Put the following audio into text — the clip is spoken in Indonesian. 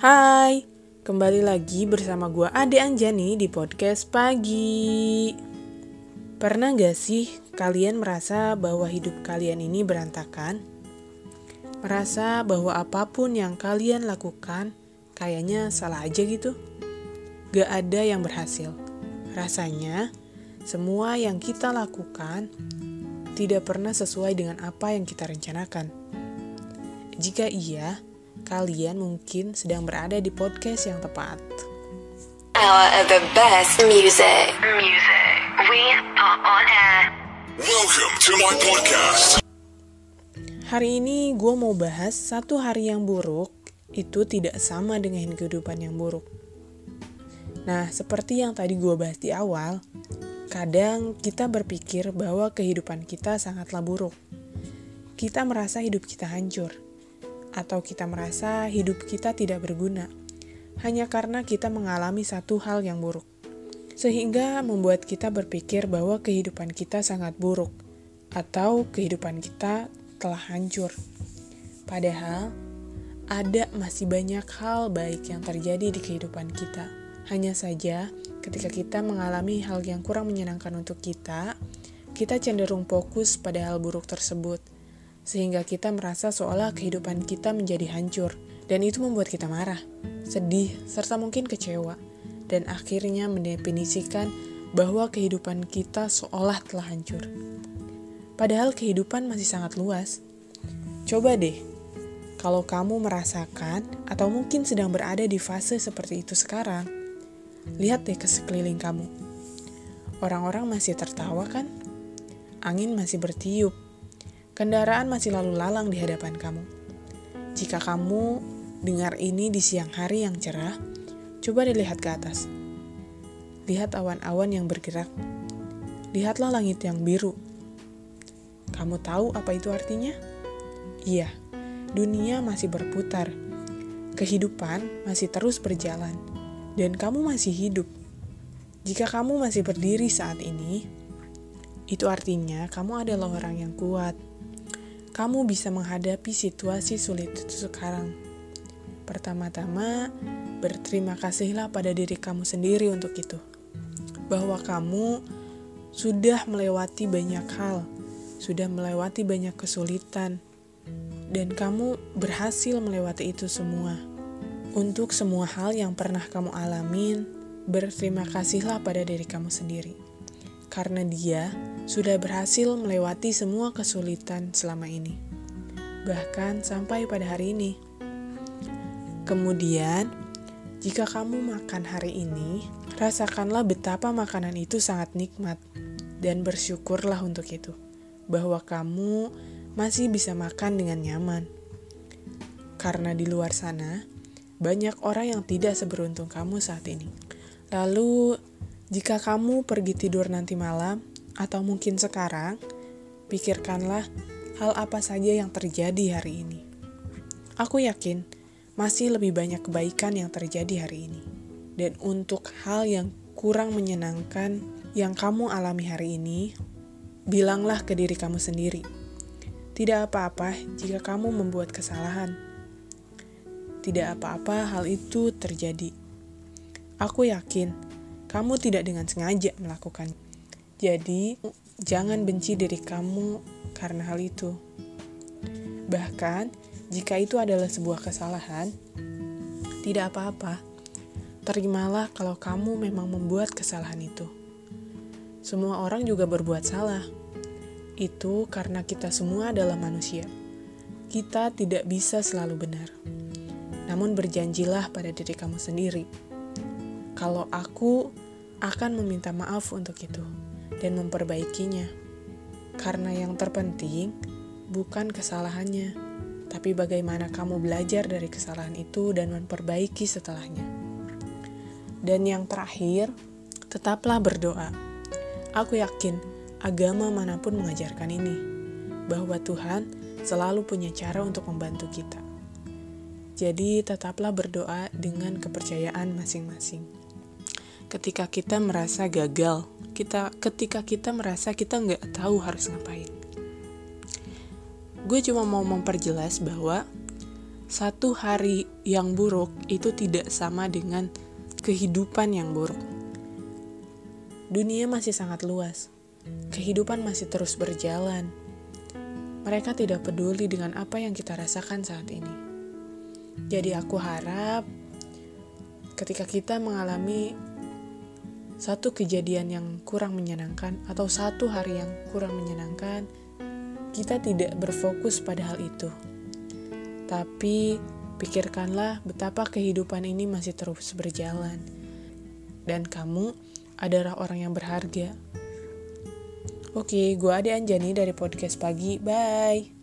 Hai, kembali lagi bersama gue Ade Anjani di podcast pagi. Pernah gak sih kalian merasa bahwa hidup kalian ini berantakan? Merasa bahwa apapun yang kalian lakukan kayaknya salah aja gitu? Gak ada yang berhasil. Rasanya semua yang kita lakukan tidak pernah sesuai dengan apa yang kita rencanakan. Jika iya, kalian mungkin sedang berada di podcast yang tepat. Hour of the best music. We are on air. Welcome to my podcast. Hari ini gue mau bahas satu hari yang buruk itu tidak sama dengan kehidupan yang buruk. Nah, seperti yang tadi gue bahas di awal, kadang kita berpikir bahwa kehidupan kita sangatlah buruk. Kita merasa hidup kita hancur. Atau kita merasa hidup kita tidak berguna, hanya karena kita mengalami satu hal yang buruk. Sehingga membuat kita berpikir bahwa kehidupan kita sangat buruk, atau kehidupan kita telah hancur. Padahal, ada masih banyak hal baik yang terjadi di kehidupan kita. Hanya saja, ketika kita mengalami hal yang kurang menyenangkan untuk kita cenderung fokus pada hal buruk tersebut. Sehingga kita merasa seolah kehidupan kita menjadi hancur. Dan itu membuat kita marah, sedih, serta mungkin kecewa. Dan akhirnya mendefinisikan bahwa kehidupan kita seolah telah hancur. Padahal kehidupan masih sangat luas. Coba deh, kalau kamu merasakan atau mungkin sedang berada di fase seperti itu sekarang, lihat deh ke sekeliling kamu. Orang-orang masih tertawa kan? Angin masih bertiup. Kendaraan masih lalu lalang di hadapan kamu. Jika kamu dengar ini di siang hari yang cerah, coba dilihat ke atas. Lihat awan-awan yang bergerak. Lihatlah langit yang biru. Kamu tahu apa itu artinya? Iya, dunia masih berputar. Kehidupan masih terus berjalan. Dan kamu masih hidup. Jika kamu masih berdiri saat ini, itu artinya kamu adalah orang yang kuat. Kamu bisa menghadapi situasi sulit itu sekarang. Pertama-tama, berterima kasihlah pada diri kamu sendiri untuk itu. Bahwa kamu sudah melewati banyak hal, sudah melewati banyak kesulitan, dan kamu berhasil melewati itu semua. Untuk semua hal yang pernah kamu alamin, berterima kasihlah pada diri kamu sendiri. Karena dia sudah berhasil melewati semua kesulitan selama ini. Bahkan sampai pada hari ini. Kemudian, jika kamu makan hari ini, rasakanlah betapa makanan itu sangat nikmat. Dan bersyukurlah untuk itu. Bahwa kamu masih bisa makan dengan nyaman. Karena di luar sana, banyak orang yang tidak seberuntung kamu saat ini. Lalu, jika kamu pergi tidur nanti malam, atau mungkin sekarang, pikirkanlah hal apa saja yang terjadi hari ini. Aku yakin masih lebih banyak kebaikan yang terjadi hari ini. Dan untuk hal yang kurang menyenangkan yang kamu alami hari ini, bilanglah ke diri kamu sendiri. Tidak apa-apa jika kamu membuat kesalahan. Tidak apa-apa hal itu terjadi. Aku yakin kamu tidak dengan sengaja melakukannya. Jadi, jangan benci diri kamu karena hal itu. Bahkan, jika itu adalah sebuah kesalahan, tidak apa-apa. Terimalah kalau kamu memang membuat kesalahan itu. Semua orang juga berbuat salah. Itu karena kita semua adalah manusia. Kita tidak bisa selalu benar. Namun berjanjilah pada diri kamu sendiri. Kalau aku akan meminta maaf untuk itu dan memperbaikinya. Karena yang terpenting bukan kesalahannya, tapi bagaimana kamu belajar dari kesalahan itu dan memperbaiki setelahnya. Dan yang terakhir, tetaplah berdoa. Aku yakin agama manapun mengajarkan ini, bahwa Tuhan selalu punya cara untuk membantu kita. Jadi tetaplah berdoa dengan kepercayaan masing-masing. Ketika kita merasa gagal, ketika kita merasa kita nggak tahu harus ngapain. Gue cuma mau memperjelas bahwa satu hari yang buruk itu tidak sama dengan kehidupan yang buruk. Dunia masih sangat luas. Kehidupan masih terus berjalan. Mereka tidak peduli dengan apa yang kita rasakan saat ini. Jadi aku harap ketika kita mengalami satu kejadian yang kurang menyenangkan atau satu hari yang kurang menyenangkan, kita tidak berfokus pada hal itu. Tapi pikirkanlah betapa kehidupan ini masih terus berjalan. Dan kamu adalah orang yang berharga. Oke, gue Ade Anjani dari Podcast Pagi. Bye!